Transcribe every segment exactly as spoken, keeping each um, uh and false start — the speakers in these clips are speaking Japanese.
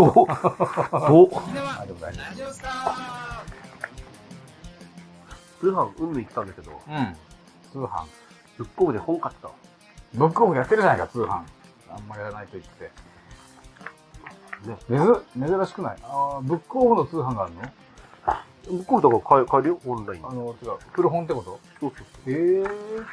どうどうあ、 でも大丈夫。 通販うんぬん行ったんだけど、 うん。通販。 ブックオフで本買った。 ブックオフやってるじゃないか、通販。あんまりやらないと言って。ね、珍珍しくない？あブックオフの通販があるの？ ブックオフだから買え、買えるよ、オンライン。 あの、違う。古本ってこと？ そうそうそう。 へえ。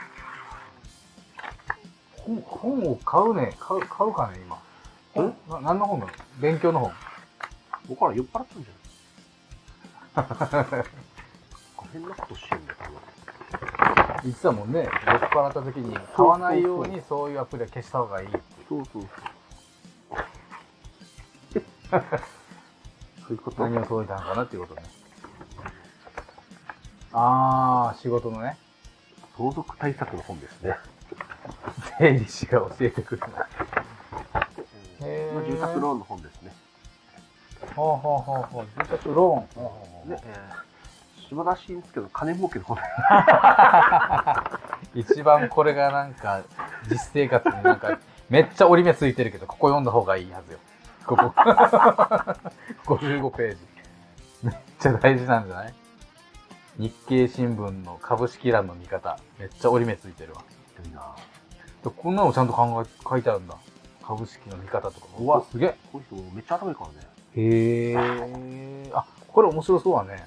本、本を買うね。買う、買うかね、今。本な何の本なの？勉強の本。 僕から酔っ払ったんじゃない変なことしてんだよ、多分。 言ってたもんね。酔っ払った時に買わないようにそういうアプリは消した方がいいって。 そうそうそう。そういうこと何を届いたのかなっていうことね。あー、仕事のね。 相続対策の本ですね。 税理士が教えてくるな。 へー。住宅ローンの本ですね。 ほうほうほうほう。住宅ローン。 ね、えー、島田紳介の金儲けの本。 一番これがなんか実生活になんかめっちゃ折り目ついてるけど、ここ読んだ方がいいはずよ。ここごじゅうごページめっちゃ大事なんじゃない？日経新聞の株式欄の見方めっちゃ折り目ついてるわ。 いいな。 こんなのちゃんと考え書いてあるんだ。株式の見方とか。うわすげえ。 この人めっちゃ頭いいからね。 へえ。あ、これ面白そうだね。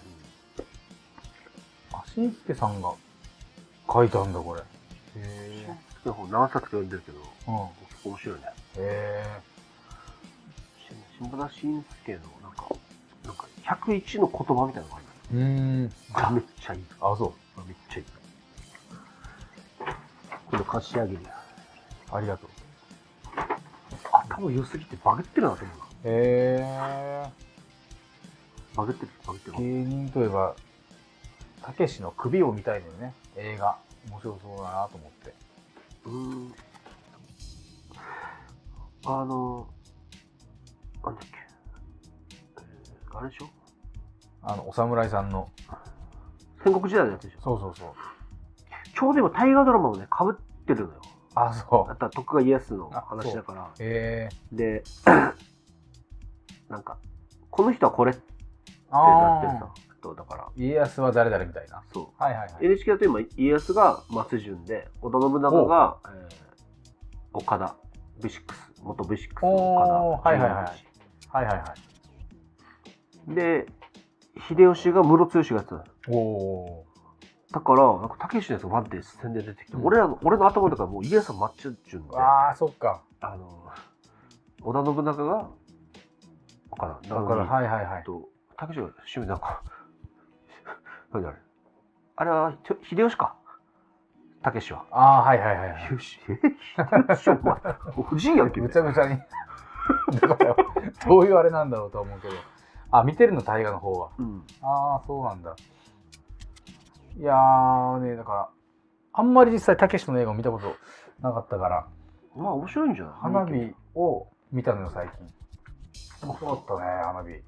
あ、しんすけさんが書いたんだこれ。へえ。 何冊か読んでるけど、 うん、 面白いね。 へえ。 島田紳介のなんか、なんかひゃくいちの言葉みたいなのがある。 うーん。 がめっちゃいい。 あ、そう。 めっちゃいい。これ貸し上げるよ。 ありがとう。 頭良すぎてバグってるなと思うな。 へー。 バグってる、バグってる。 芸人といえば、たけしの首を見たいのよね。映画。面白そうだなと思って。 うーん。あの、なんだっけ。あれでしょ？ あの、お侍さんの。 戦国時代のやつでしょ？ そうそうそう。 ちょうど今大河ドラマもね、被ってるのよ。 あ、そう。 あとは徳川家康の話だから。 へー。 で、なんか、この人はこれってなってるさ。とだから。 家康は誰々みたいな。 そう。 はいはいはい。 エヌエイチケー だと今、家康が松潤で、織田信長が、えー、岡田、ブシックス、元ブシックスの岡田。 はいはいはい。はいはいはい。 で、秀吉が室強しがやってたの。 おー。 だから、なんか、たけしのやつがワンって宣伝出てきて、うん、俺らの、俺の頭の中でもう家康は松潤で。 ああ、そっか。 あの、織田信長が、岡田。 だから、はいはいはい。 と、たけしが趣味なんか、何あれあれは、秀吉か。たけしは。 ああ、はいはいはい。 秀吉、え秀吉お前、藤井やんけ。 ぐちゃぐちゃに。だから、どういうあれなんだろうと思うけど。あ、見てるの、大河の方は。うん、ああ、そうなんだ。いやーね、だから、あんまり実際、たけしの映画を見たことなかったから。 まあ、面白いんじゃない？ 花火を見たのよ、最近。面白かったね、花火。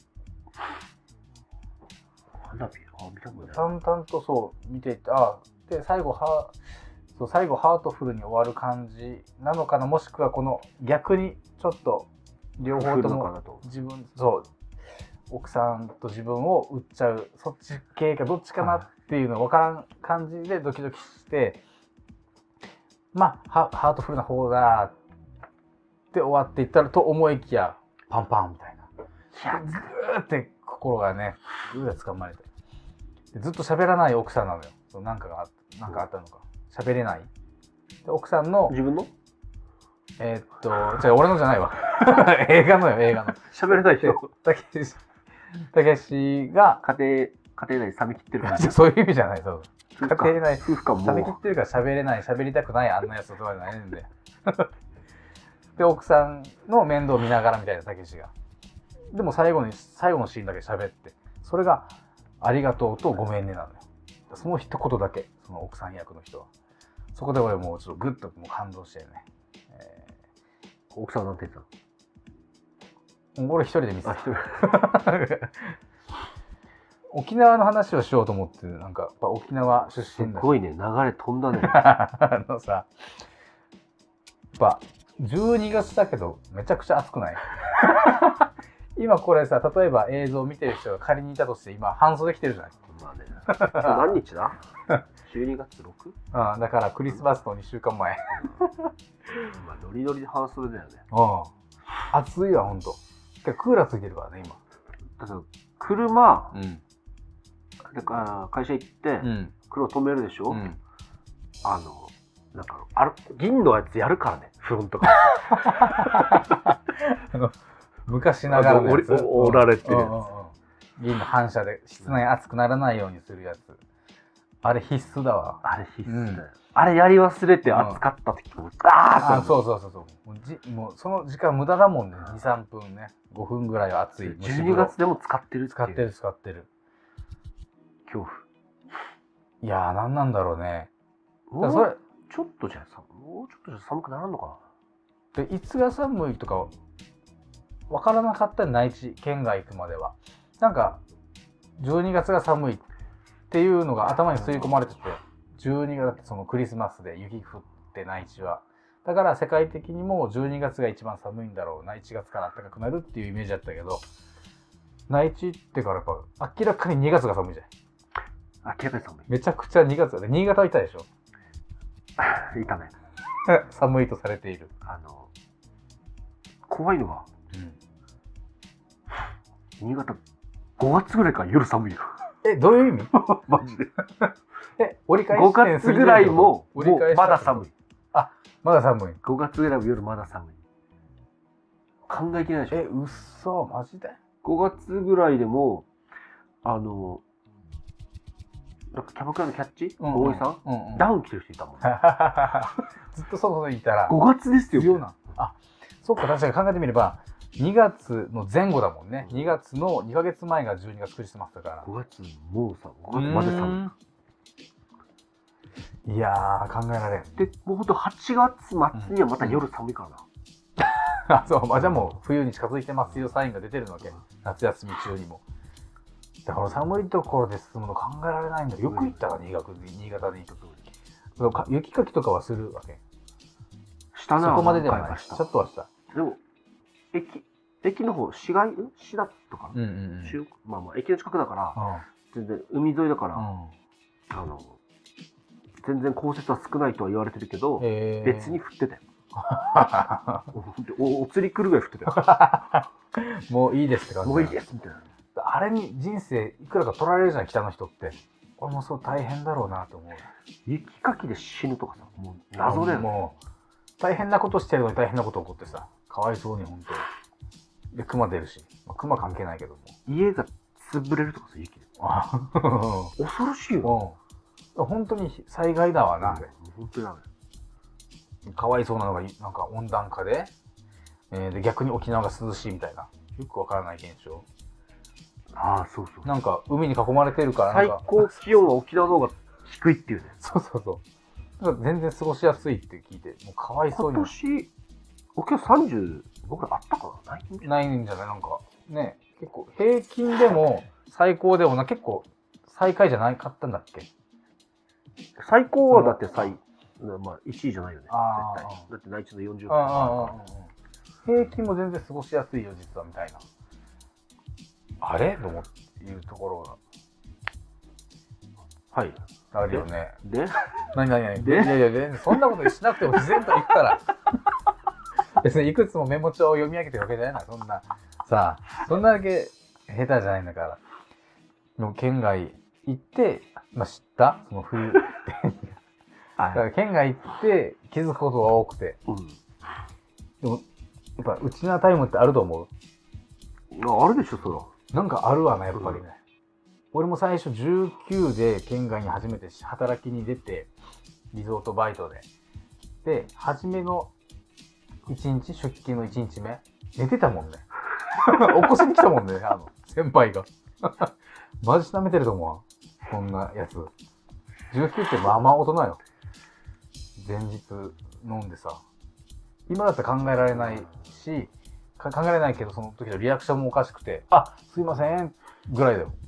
花火あ、見たことない。 淡々とそう見ていって、あで最後はそう最後ハートフルに終わる感じなのかな、もしくはこの逆にちょっと両方とも自分そう奥さんと自分を売っちゃうそっち系かどっちかなっていうの分からん感じでドキドキして、まあハートフルな方だって終わっていったらと思いきやパンパンみたいな、グーって心がねグーで掴まれて。ずっと喋らない奥さんなのよ。なんかがなんかあったのか。喋れない。で奥さんの自分のえー、っとじゃあ俺のじゃないわ。映画のよ映画の。 喋れない人。 たけし、たけしが家庭家庭内冷め切ってるから。 そういう意味じゃない。そう。 家庭内夫婦間も冷め切ってるから喋れない喋りたくないあんなやつとかじゃないんで。で奥さんの面倒見ながらみたいなたけしが。でも最後に最後のシーンだけ喋って、それがありがとうとごめんねなのよ。その一言だけ、その奥さん役の人は。そこで俺もうちょっとグッともう感動してね。えー、奥さんなんて言ってたの？俺一人で見てた。沖縄の話をしようと思って、なんかやっぱ沖縄出身だし。 すごいね、流れ飛んだね。 あのさ、やっぱじゅうにがつだけどめちゃくちゃ暑くない？ 今これさ、例えば映像を見てる人が仮にいたとして今半袖着てるじゃない。 まあね。今日何日だじゅうにがつろく？ うん、だからクリスマスのにしゅうかんまえ。 まあノリノリで半袖だよね。 うん。暑いわほんと。クーラーついてるからね今。 だから車、 うん。 だから会社行って、 うん、 車止めるでしょ、うん、あのなんかある銀のやつやるからね、フロントから。 あの昔ながらのやつ折られてるやつ、うんうんうん、 銀の反射で室内熱くならないようにするやつ、あれ必須だわ。 あれ必須だよ、うん、あれやり忘れて暑かった時も、うん、 ああそうそうそうそうもうじもうその時間無駄だもんね。 にさんぷんね、ごふんぐらいは暑い。 じゅうにがつでも使ってるっていう。 使ってる使ってる。 恐怖。 いやー何なんだろうね。 だそれちょっとじゃもうちょっとじゃ寒くならんのかな。でいつが寒いとか分からなかったら内地県外行くまではなんかじゅうにがつが寒いっていうのが頭に吸い込まれてて、じゅうにがつってそのクリスマスで雪降って内地はだから世界的にもじゅうにがつが一番寒いんだろうな、いちがつから暖かくなるっていうイメージだったけど、内地ってからやっぱ明らかににがつが寒いじゃん。 明らかに寒い。 めちゃくちゃにがつだね。新潟はいたでしょ。 いたね。 寒いとされている。 あの怖いのが、うん、新潟ごがつぐらいから夜寒いよ。 え、どういう意味？ マジで。 え、折り返しごがつぐらいももうまだ寒い。 あ、まだ寒い。 ごがつぐらいも夜まだ寒い。考えきれないでしょ。 え、うっそ、マジで？ ごがつぐらいでもあのなんかキャバクラのキャッチ、うんうん、大井さん、うんうん、ダウン着てる人いたもん。 ずっと外にいたらごがつですよ。 強な。あ、そっか、確かに考えてみればにがつの前後だもんね。にがつのにかげつまえがじゅうにがつクリスマスだから。 ごがつもうさ、ごがつまで寒い。いやー、考えられん。 で、もうほんとはちがつ末にはまた夜寒いからな。 あ、そう、まあ、じゃあもう冬に近づいてますよサインが出てるわけ。夏休み中にも。だから寒いところで進むの考えられないんだ。よく行ったら新潟に新潟に行く。雪かきとかはするわけ。 したな。 そこまでではない。ちょっとはした。 でも駅駅の方市街市だとか、 うんうんうん、 まあまあ駅の近くだから、うん、全然海沿いだから、うん、あの全然降雪は少ないとは言われてるけど、別に降ってたよ。お, お釣り来るぐらい降ってたよ。 もういいですって感じ。 もういいですみたいな。 あれに人生いくらか取られるじゃん、北の人って。これもそう大変だろうなと思う。 雪かきで死ぬとかさ、もう謎だよね。 もう大変なことしてるのに大変なこと起こってさ、かわいそうに本当に。で、熊出るし、まあ、熊関係ないけども。 家が潰れるとかさ、雪で。恐ろしいよ。 うん、本当に災害だわな。 うん、本当にダメ。かわいそうなのがなんか温暖化で、えー、で逆に沖縄が涼しいみたいな、よくわからない現象。 ああ、そうそう。 なんか海に囲まれてるから最高気温は沖縄の方が低いっていうね。 そうそうそう。だから全然過ごしやすいって聞いて、もうかわいそうに。 今年沖縄さんじゅうごくらいあったかな？ないんじゃない？ ないんじゃない？なんかね、結構平均でも最高でもな、結構最下位じゃなかったんだっけ？ 最高はだって最、まあいちいじゃないよね。絶対。だって内地のよんじゅうパーセント。 平均も全然過ごしやすいよ実はみたいな。あれと思っていうところがはいあるよね。 で？ 何何何？で？いやいやでそんなことしなくても自然と行くから。別にいくつもメモ帳を読み上げてるわけじゃない。そんなさあそんなだけ下手じゃないんだから。でも県外行って、まあ、知ったその冬だから県外行って気づくことが多くて、うん、でもやっぱうちなタイムってあると思う。 あるでしょそら。 なんかあるわなやっぱりね、うん、俺も最初じゅうきゅうで県外に初めて働きに出てリゾートバイトでで初めのいちにち出勤のいちにちめ寝てたもんね。起こしに来たもんねあの先輩が。マジ舐めてると思うわこんなやつ。じゅうきゅうってまあまあ大人よ。前日飲んでさ、今だったら考えられないし考えられないけど、その時のリアクションもおかしくて、あ、すいませんぐらいだよ。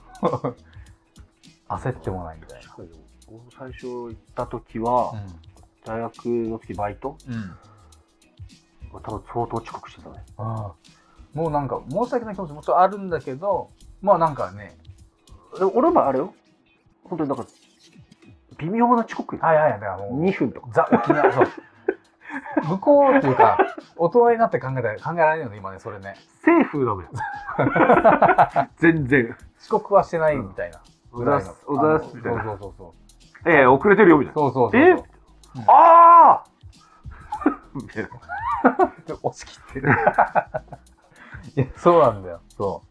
焦ってもないみたいな。 僕最初行った時は、うん、大学の時バイト、うん、多分相当遅刻してたね。 あもうなんか申し訳ない気持ちもちろんあるんだけど、まあなんかね、 俺もあれよ、本当になんか微妙な遅刻よ。 はいはい、だからもうにふんとかザ沖縄、そう向こうっていうか大人になって考えたら考えられないの今ね、それね。 セーフダメよ。全然遅刻はしてないみたいなぐらいの。 おざすみたいな。 そうそうそうそう。ええ、遅れてるよみたいな。 そうそうそう。 え、うん、ああみたいな。 押し切ってる。いや、そうなんだよ。そう。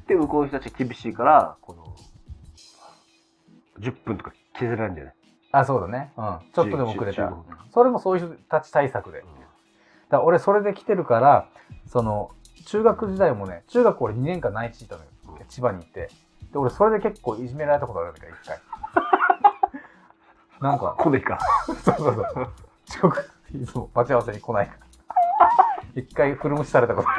で、向こうの人たち厳しいから、このじゅっぷんとか削られるんじゃない？ あ、そうだね。うん。ちょっとでも遅れたら。それもそういう人たち対策で。うん、だから俺それで来てるから、その中学時代もね、中学俺にねんかん内地いたのよ。うん、千葉に行って。で、俺それで結構いじめられたことあるんだけど、一回。なんか。 来ねえか。 そうそうそう。遅刻、いつも待ち合わせに来ないから。一回古無視されたこと。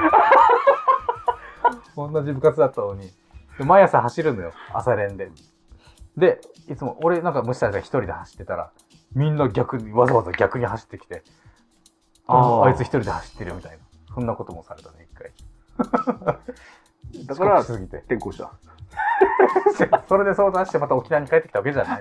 同じ部活だったのに。毎朝走るのよ、朝練で。で、いつも俺なんか無視されたら一人で走ってたら、みんな逆に、わざわざ逆に走ってきて、あ, あいつ一人で走ってるよみたいな。そんなこともされたね、一回。 だから、転校した。 それで相談してまた沖縄に帰ってきたわけじゃない。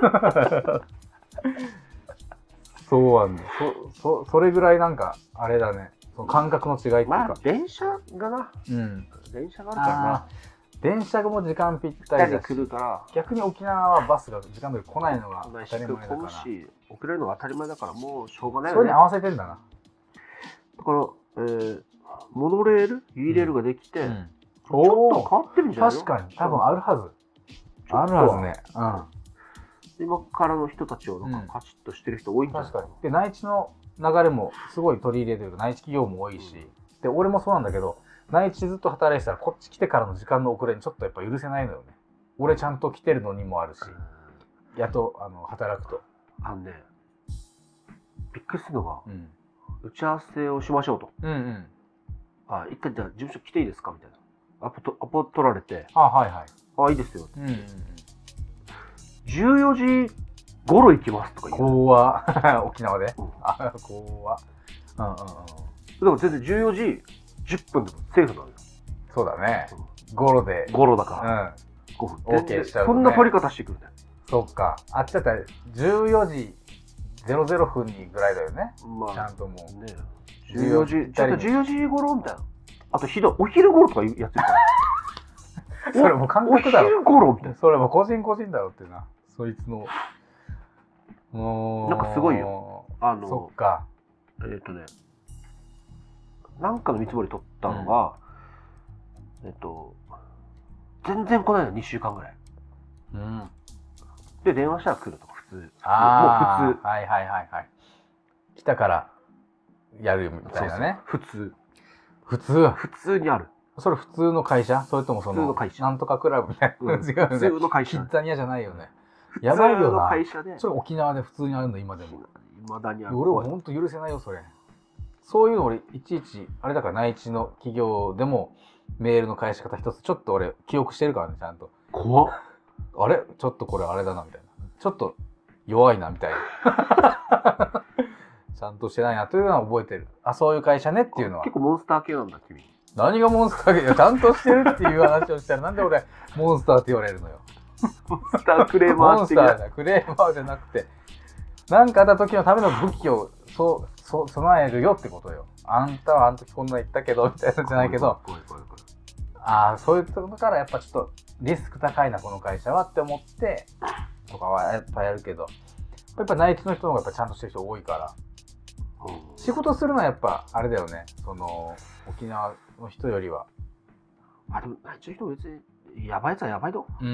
そうなんだ。そ、そ、それぐらいなんか、あれだね。その感覚の違いっていうか。 まあ、電車がな。 うん。 電車があるからな。 電車も時間ぴったりだし、 来るから逆に沖縄はバスが時間通り来ないのが当たり前だから。 し、遅れるのが当たり前だからもうしょうがないよね。それに合わせてんだな。 だから、えー、モノレール、ユーレールができて、うん、ちょっと変わってるんじゃないの？ 確かに、多分あるはず。あるはずね。 うん。今からの人たちをなんかカチッとしてる人多いんじゃない？ 確かに。で、内地の流れもすごい取り入れてる内地企業も多いし、うん、で、俺もそうなんだけど、内地ずっと働いてたらこっち来てからの時間の遅れにちょっとやっぱ許せないのよね。俺ちゃんと来てるのにもあるし、やっとあの働くと。 あのね、びっくりするのが、うん、打ち合わせをしましょうと。うんうん、あ、一回じゃあ事務所来ていいですかみたいな。アポとアポ取られて、 あ、はいはい。 あ、いいですよ。うんうんうん、じゅうよじ頃行きますとか言う。 怖沖縄で、うん、あ、怖うんうんうん。 でも全然じゅうよじじゅっぷんでもセーフなのよ。 そうだね。ゴロで。 ゴロだから。うん。ごふん。OK しちゃう、ね。そんな取り方してくるんだよ。 そっか。あっちだったらじゅうよじゼロゼロふんにぐらいだよね。まあ。ちゃんともう。ね。 じゅうよじ、ちょっとじゅうよじ頃みたいな。あとひどい、お昼頃とかやってるから。 それもう感覚だろ。 お昼頃みたいな。 それも個人個人だろってな。そいつの。 もう。なんかすごいよ。あの。 そっか。 えっとね。なんかの見積もり取ったのが、うん、えっと、全然来ないのにしゅうかんぐらい。うん。で、電話したら来るとか、普通。 ああ、もう普通。はいはいはいはい。来たからやるみたいなね。 そうそう、普通。 普通普通にある。 それ普通の会社？それともその、普通の会社。なんとかクラブみたいな。違うね。 普通の会社。 キッザニアじゃないよね。やばいよな。 普通の会社で。 それ沖縄で普通にあるの、今でも。 未だにある。 俺は本当許せないよ、それ。そういうの俺いちいちあれだから内地の企業でもメールの返し方一つちょっと俺記憶してるからね、ちゃんと。 怖っ。 あれちょっとこれあれだなみたいな、ちょっと弱いなみたいなちゃんとしてないなというのは覚えてる。あ、そういう会社ねっていうのは。 結構モンスター系なんだ君。 何がモンスター系？ちゃんとしてるっていう話をしたらなんで俺モンスターって言われるのよ。 モンスタークレーマーってモンスターじゃクレーマーじゃなくて、何かあった時のための武器をそうそ備えるよってことよ。あんたはあの時こんな言ったけどみたいなじゃないけど、ああそういうところからやっぱちょっとリスク高いなこの会社はって思ってとかはやっぱやるけど、やっぱ内地の人の方がやっぱちゃんとしてる人多いから、うん、仕事するのはやっぱあれだよね、その沖縄の人よりは。 あ、でも内地の人別にやばいやつはやばいと。 うん、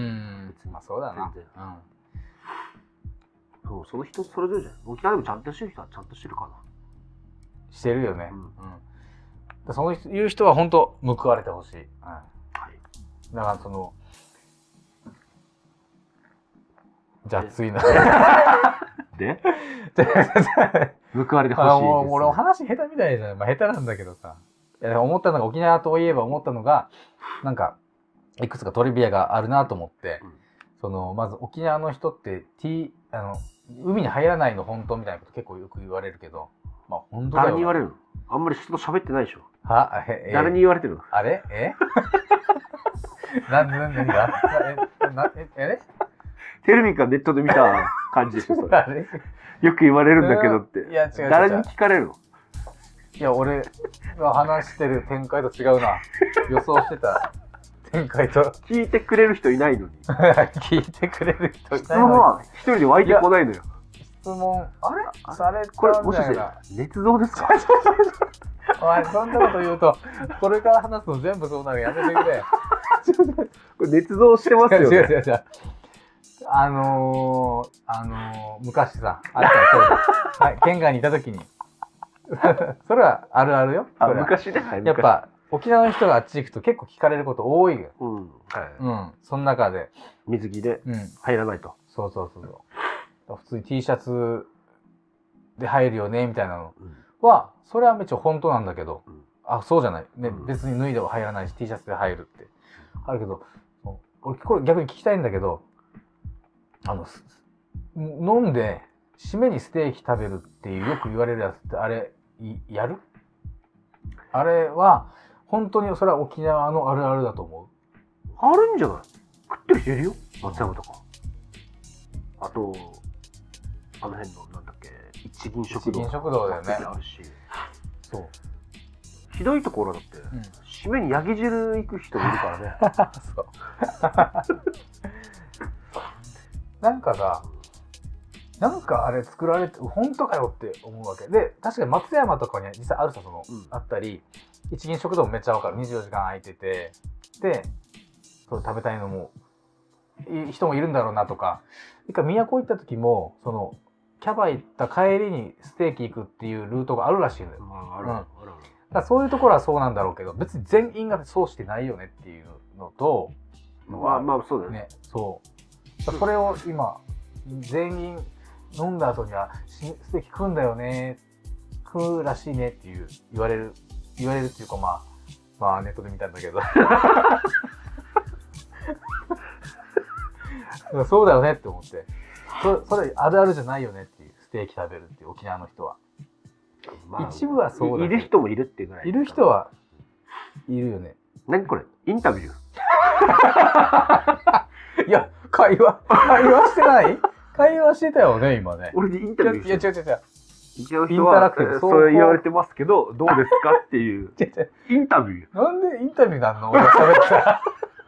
まあそうだな。 うん、そう、その人それぞれじゃん。沖縄でもちゃんとしてる人はちゃんとしてるかな。 してるよね。うんうん、そういう人は本当報われてほしい。はい。だからそのじゃあ次ので報われてほしいです。 俺お話下手みたいじゃん。まあ下手なんだけどさ。いや思ったのが沖縄といえば思ったのがなんかいくつかトリビアがあるなと思って、うん、そのまず沖縄の人って T あの海に入らないの本当みたいなこと結構よく言われるけど。 まあ本当だよ。 誰に言われるの？あんまり人と喋ってないでしょ。 はえ誰に言われてるの？ あれえなんで何がえなええれテレビかネットで見た感じでしょそれ。 あれよく言われるんだけどって。 いや違う違う違う。 誰に聞かれるの？ いや俺が話してる展開と違うな。予想してた展開と聞いてくれる人いないのに。 聞いてくれる人いないのに。質問は一人で湧いてこないのよ。 質問あれされこれもしかして捏造ですか？ お前そんなこと言うとこれから話すの全部そうなるやめてくれ。 これ捏造してますよね。 違う違う違う。あのー、あのー、昔さあったそうだ、はい、県外にいた時にそれはあるあるよ。 あ昔ね。 やっぱ沖縄の人があっち行くと結構聞かれること多いよ。 うん。はい。 うん。その中で水着で入らないと。 うん、そうそうそうそう。普通に T シャツで入るよねみたいなのは、うん、それはめっちゃ本当なんだけど、うん、あ、そうじゃない。ね、うん、別に脱いでは入らないし T シャツで入るってあるけど、俺これ逆に聞きたいんだけど、あの飲んで締めにステーキ食べるっていうよく言われるやつってあれやる？あれは本当にそれは沖縄のあるあるだと思う？ あるんじゃない？食ってる人いるよ。松山とか。あとあの辺のなんだっけ一銀食堂。 一銀食堂だよね。 あるし。そう。ひどいところだって、うん、締めにヤギ汁行く人もいるからね。そう。 なんかさ、なんかあれ作られて本当かよって思うわけで、確かに松山とかには実際あるさその、うん、あったり、一銀食堂もめっちゃわかる。にじゅうよじかん空いてて、で、それ食べたいのも人もいるんだろうなとか。一回宮古行った時もそのキャバ行った帰りにステーキ行くっていうルートがあるらしいのよ。 あある、うん、あるある。 だからそういうところはそうなんだろうけど、別に全員がそうしてないよねっていうのと、 まあまあそうだよね。 そう。それを今全員飲んだ後にはステーキ食うんだよね、食うらしいねっていう言われる言われるっていうか、まあまあネットで見たんだけど。そうだよねって思って、そ, それあるあるじゃないよねっていう、ステーキ食べるっていう沖縄の人は、まあ、一部はそうだけど、 いる人もいるっていうぐらい、 いる人はいるよね。 何これインタビュー？ いや会話会話してない会話してたよね今ね。 俺にインタビューして。 いや違う違う違う。 一応人はそう言われてますけどどうですかっていうインタビュー。 なんでインタビューなんの？俺喋ったら。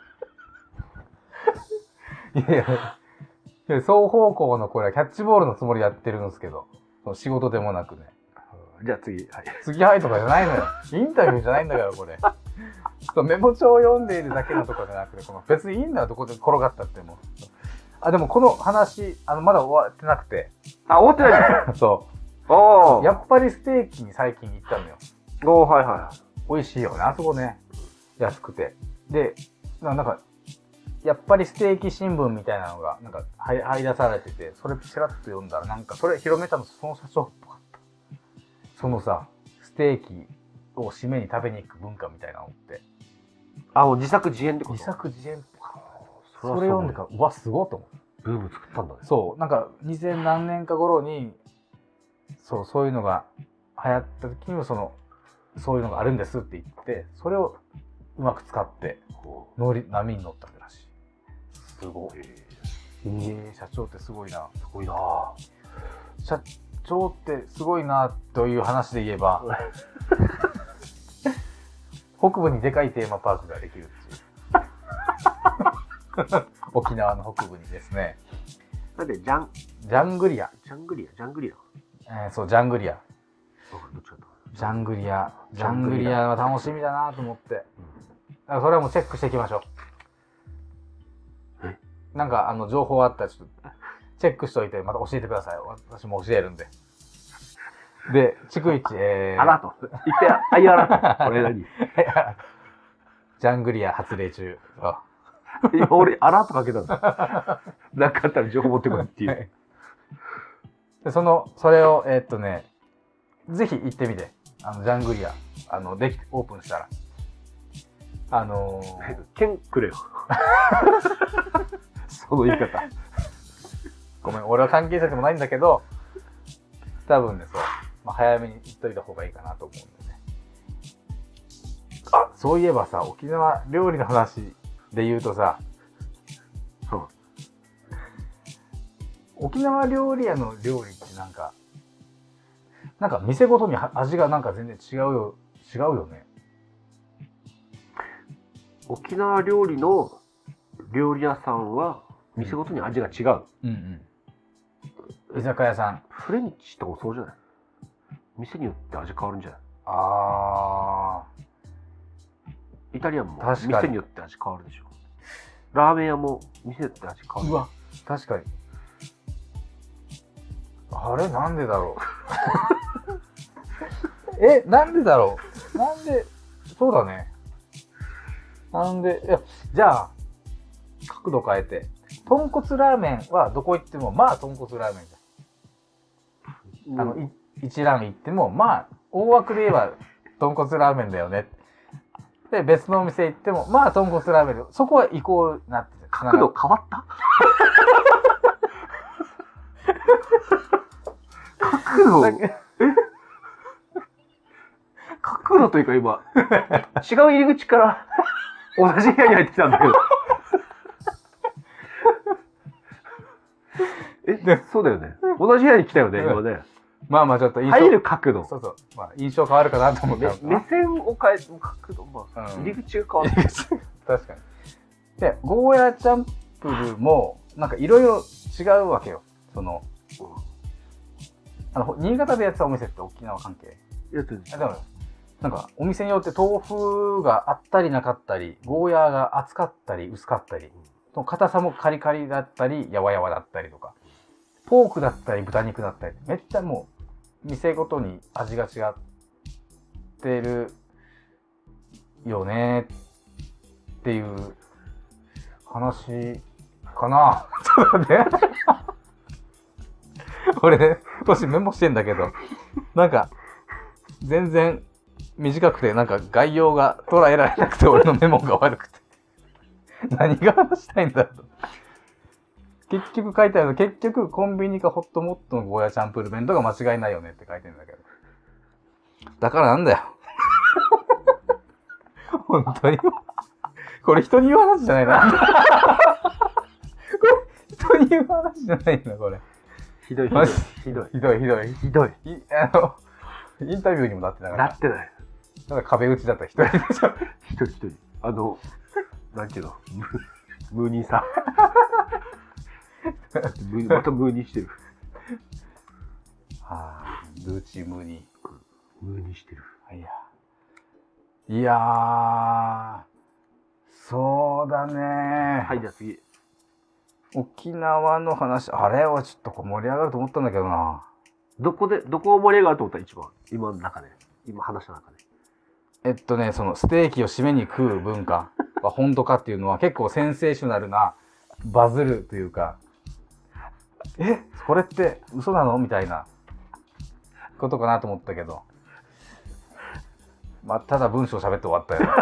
いやいや、双方向のこれはキャッチボールのつもりやってるんですけど、仕事でもなくね。 じゃあ次、はい。 次はいとかじゃないのよ。インタビューじゃないんだからこれ。メモ帳を読んでいるだけのとこじゃなくて、この別にいいんだよどこで転がったっても。あ、でもこの話、あのまだ終わってなくて。 あ、終わってないの？ そう。 おー。 やっぱりステーキに最近行ったのよ。 おー、はいはい。 美味しいよね、あそこね。安くて。で、なんか、やっぱりステーキ新聞みたいなのがなんか張り出されてて、それちらっと読んだらなんかそれ広めたのその社長っぽかった。そのさ、ステーキを締めに食べに行く文化みたいなのって。 あ、もう自作自演ってこと？ 自作自演っぽかった。それ読んでから、うわ、すごいと思う。 ブーム作ったんだね。 そう、なんかにせん何年か頃に、そう、そういうのが流行った時にもその、そういうのがあるんですって言って、それをうまく使って乗り波に乗ったらしい。すごい。えー、社長ってすごいな。 すごいな。 社長ってすごいなという話で言えば、北部にでかいテーマパークができるっていう。沖縄の北部にですね。 なんでジャンジャングリア。 ジャングリアジャングリア。えー、そうジャングリア。 どっちかと。 ジャングリア。ジャングリアは楽しみだなと思って。うん、だからそれはもうチェックしていきましょう。なんかあの情報あったらちょっとチェックしといてまた教えてください。私も教えるんで。で、逐一、えー、 アラート。言って、あいアラート。これ何？ ジャングリア発令中。 俺、アラートかけたんだ。なんかあったら情報持ってこいっていう。はい、 で、その、それを、えー、っとね、ぜひ行ってみて。あの、ジャングリア、あの、でき、オープンしたら。あのー、 券くれよ。その言い方。 ごめん、俺は関係者でもないんだけど、多分ね、そう。 まあ、早めに言っといた方がいいかなと思うんでね。あ、そういえばさ、沖縄料理の話で言うとさ、 うん、 沖縄料理屋の料理ってなんかなんか店ごとに味がなんか全然違うよ違うよね。 沖縄料理の料理屋さんは店ごとに味が違う。 うんうん。居酒屋さん。 フレンチとかもそうじゃない？店によって味変わるんじゃない？ ああ。 イタリアンも店によって味変わるでしょ。ラーメン屋も店によって味変わる。 うわ、確かに。あれなんでだろう。え、なんでだろう。なんで、そうだね。なんで、いや、じゃあ角度変えて、豚骨ラーメンはどこ行ってもまあ豚骨ラーメンじゃん。うん、あのい一蘭行ってもまあ大枠で言えば豚骨ラーメンだよね。で別のお店行ってもまあ豚骨ラーメンで、そこはイコールなってて。 角度変わった？角度え角度というか今違う入り口から同じ部屋に入ってきたんだけどえでそうだよね、同じ部屋に来たよね今ね。 まあまあちょっと入る角度、 そうそう、まあ、印象変わるかなと思って、 目線を変えて角度、まあ、うん、入り口が変わる確かに。でゴーヤーチャンプルもなんかいろいろ違うわけよ。その、うん、あの新潟でやってたお店って沖縄関係やってるんですか？でもなんかお店によって豆腐があったりなかったり、ゴーヤーが厚かったり薄かったり、その硬さもカリカリだったりやわやわだったりとか、ポークだったり豚肉だったり、めっちゃもう店ごとに味が違ってるよねっていう話かな。ちょっとね俺ね、私メモしてんだけど、なんか全然短くてなんか概要が捉えられなくて、俺のメモが悪くて何が話したいんだと。結局書いてあるの、結局コンビニかホットモットのゴーヤーチャンプル弁当が間違いないよねって書いてるんだけど、だからなんだよ本当にこれ人に言う話じゃないなこれ人に言う話じゃないんだこれ。 ひどいひどいひどいひどいひどいひどいいあのインタビューにもなってなかった。 なってない。 ただ壁打ちだった一人でしょ一人一人あのなんていうのムーニーさまたムーニーしてる。 はあ、ルーチームーニームーニーしてる。 いやいやー、そうだね。 はい、じゃあ次。 沖縄の話、あれはちょっとこう盛り上がると思ったんだけどな。 どこで、どこを盛り上がると思ったら一番、今の中で、今話した中で。 えっとね、そのステーキを締めに食う文化は本当かっていうのは結構センセーショナルなバズるというか、え、これって嘘なのみたいなことかなと思ったけど、まあ、ただ文章喋って終わったよ。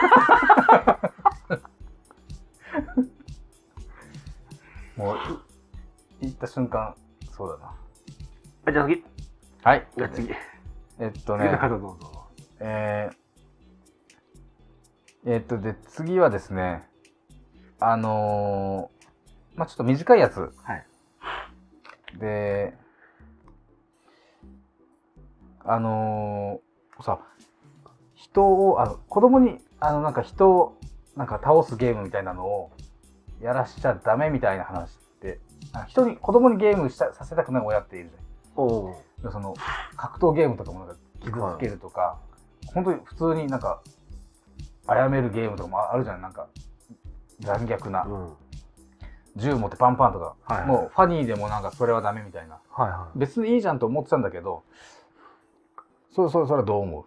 もう言った瞬間そうだな。 はい、じゃあ次。 はい。 じゃあ次。 えっとね。 次の方どうぞ。 えー、えっとで次はですね、あのー、まあちょっと短いやつ。 はい。 で、あのー、さ、人をあの子供にあのなんか人をなんか倒すゲームみたいなのをやらしちゃダメみたいな話って人に子供にゲームしたさせたくない親っているじゃん。おその格闘ゲームとかもなんか傷つけるとか、はい、本当に普通になんか殺めるゲームとかもあるじゃん。なんか残虐な、うん、銃持ってパンパンとか、はいはい、もうファニーでもなんかそれはダメみたいな、はいはい、別にいいじゃんと思ってたんだけど、それそれそれはどう思う？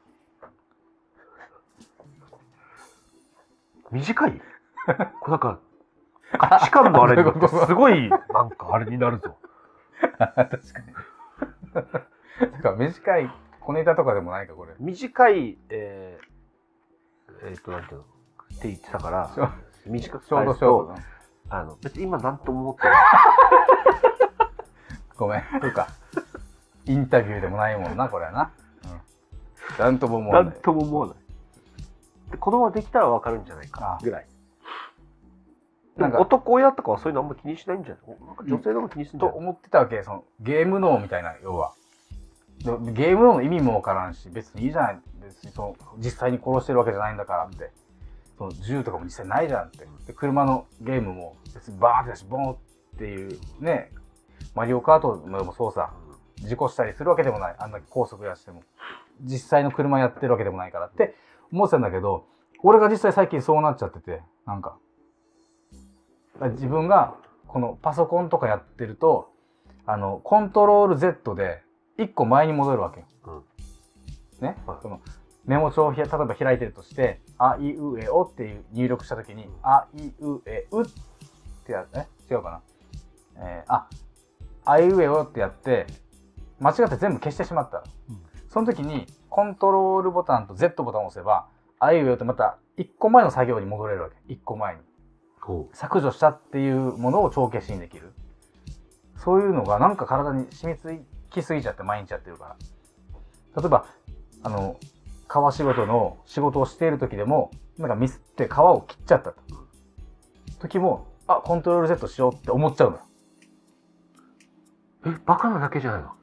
短い？これなんか価値観のあれにすごいなんかあれになるぞ。 確かに。なんか短い小ネタとかでもないかこれ。 短いえー、えー、っとなんていうのって言ってたから短く返すとあの別に今なんとも思ってない。 ごめん。そうか。 インタビューでもないもんなこれはな。なん、うん、とも思わない。 なんとも思わない。で子供ができたら分かるんじゃないかぐらい。なんか男親とかはそういうのあんま気にしないんじゃない？なんか女性の方が気にするんじゃない？ と思ってたわけ。そのゲーム脳みたいな、要はゲーム脳の意味も分からんし、別にいいじゃない、別にその実際に殺してるわけじゃないんだからって、その銃とかも実際ないじゃんって。で車のゲームも別にバーってだしボーンっていうね、マリオカートも操作事故したりするわけでもない、あんな高速やしても実際の車やってるわけでもないからって思ってたんだけど、俺が実際最近そうなっちゃってて、なんか自分がこのパソコンとかやってると、あのコントロール ゼット で一個前に戻るわけよ、うん、ね、はい、そのメモ帳を例えば開いてるとして、あいうえおっていう入力したときに、あいうえうってやるね、違うかな、えー、ああいうえおってやって間違って全部消してしまった、うん、その時にコントロールボタンと ゼット ボタンを押せば、あいうえおってまたいっこまえの作業に戻れるわけ。いっこまえに削除したっていうものを帳消しにできる。そういうのがなんか体に染みつきすぎちゃって、毎日やってるから。例えばあの革仕事の仕事をしている時でも、なんかミスって革を切っちゃった時も、あコントロール ゼット しようって思っちゃうのよ。 え、バカなだけじゃないの？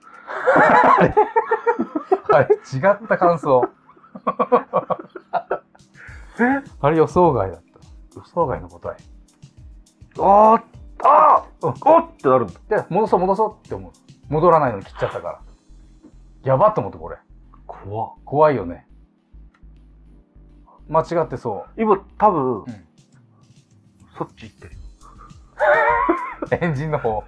あれ違った感想。 えあれ予想外だった。予想外の答え。 あーあー、うん、おってなるんだ。 で戻そう戻そうって思う。戻らないのに切っちゃったから。やばっと思って、これ。 怖っ。 怖いよね。間違ってそう。 今多分、うん、そっち行ってる。 エンジンの方。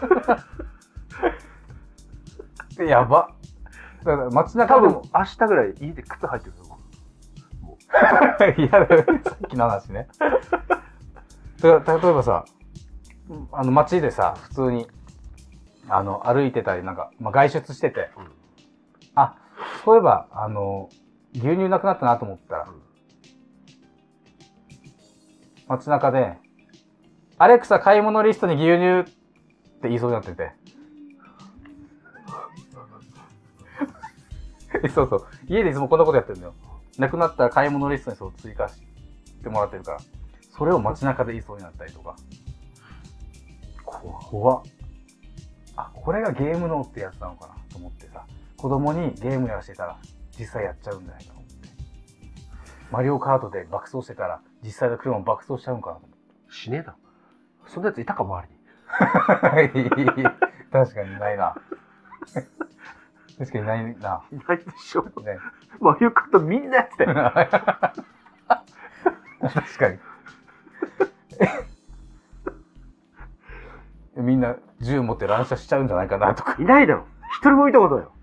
やば。だから街中でも多分明日ぐらい家で靴履いてると思う。いや、さっきの話ね。だから例えばさ、あの街でさ、普通にあの歩いてたりなんか、まあ、外出してて、うん、あ、そういえばあの牛乳なくなったなと思ったら、うん、街中でアレクサ買い物リストに牛乳って言いそうになってて。そうそう、家でいつもこんなことやってるんだよ。なくなったら買い物リストにそう追加してもらってるから、それを街中で言いそうになったりとか。怖っ。あ、これがゲーム脳ってやつなのかなと思ってさ、子供にゲームやらせてたら実際やっちゃうんじゃないかと思って。マリオカートで爆走してたら実際の車も爆走しちゃうんかなと思って。 しねえだ。そんなやついたか、周りに。確かにないな。確かにないな。 いないでしょ。ね、マリオカートみんなやってたよ。 確かに。みんな銃持って乱射しちゃうんじゃないかなとか。 いないだろ。一人も見たことないよ。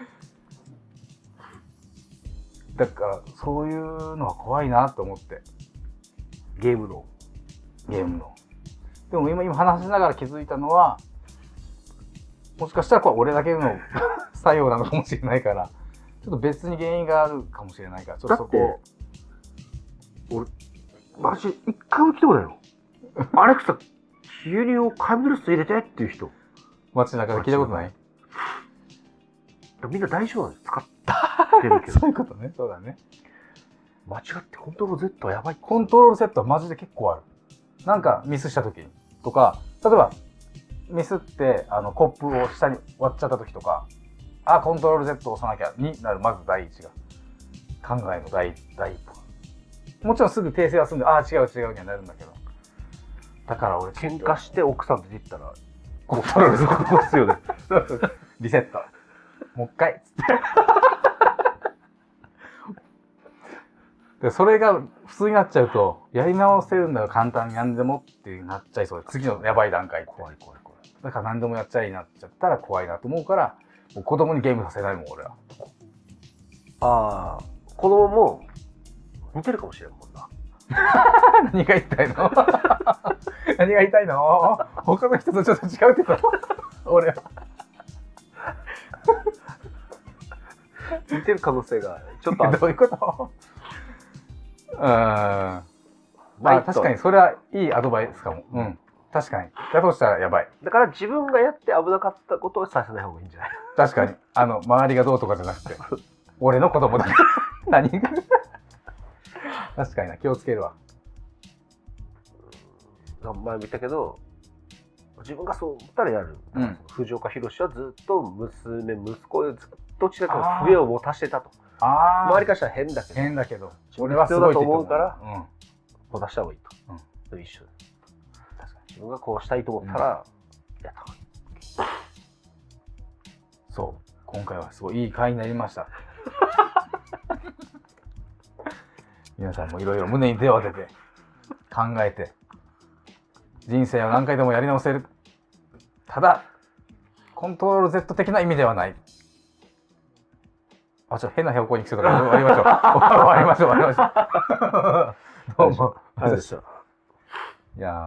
だからそういうのは怖いなと思って。 ゲームの。 ゲームの。でも今今話しながら気づいたのは、もしかしたらこれ俺だけの作用なのかもしれないから、ちょっと別に原因があるかもしれないから、ちょっとそこを。 俺マジ一回も来てもないの。アレクサ牛乳を買い物リスト入れてっていう人。 街中で聞いたことない？ みんな大丈夫なんです。使ってるけど。 そういうことね。そうだね。 間違ってコントロール ゼット はやばい。 コントロール ゼット はマジで結構ある。なんかミスした時とか、例えばミスってあのコップを下に割っちゃった時とか、あ、コントロール ゼット を押さなきゃになる、まず第一が。考えの第第一歩。もちろんすぐ訂正はするんで、ああ違う違うにはなるんだけど。だから俺喧嘩して奥さんと出てったらコントロール ゼット ですよね。リセット。もう一回っつって。でそれが普通になっちゃうと、やり直せるんだよ簡単に何でもってなっちゃいそうで、次のやばい段階って。 怖い怖い怖い。 だから何でもやっちゃいになっちゃったら怖いなと思うから、もう子供にゲームさせないもん俺は。 ああ、子供も似てるかもしれんもんな。 何が言いたいの？何が言いたいの？他の人とちょっと違うって言った俺は。 似てる可能性がちょっとある。 どういうこと？うん。まあ確かにそれはいいアドバイスかも。うん。 確かに。だとしたらやばい。 だから自分がやって危なかったことをさせない方がいいんじゃない？ 確かに。あの、周りがどうとかじゃなくて、俺の子供だけ。何が確かにな、気をつけるわ。 前も言ったけど、自分がそう思ったらやる。うん、藤岡弘はずっと娘、息子へずっとちらと笛を持たしてたと。あ周りからしたら変だけど。 変だけど。 俺はすごいと思うから、うん、持たした方がいいと。うん、一緒確かに自分がこうしたいと思ったら、うん、やった方がいい。 そう。今回はすごいいい回になりました。皆さんもいろいろ胸に手を当てて、考えて、人生は何回でもやり直せる。ただ、コントロール Z 的な意味ではない。あ、ちょっと変な方向に来てたから終わりましょう。終わりましょう、終わりましょう。どうも。ありがとうございました。いや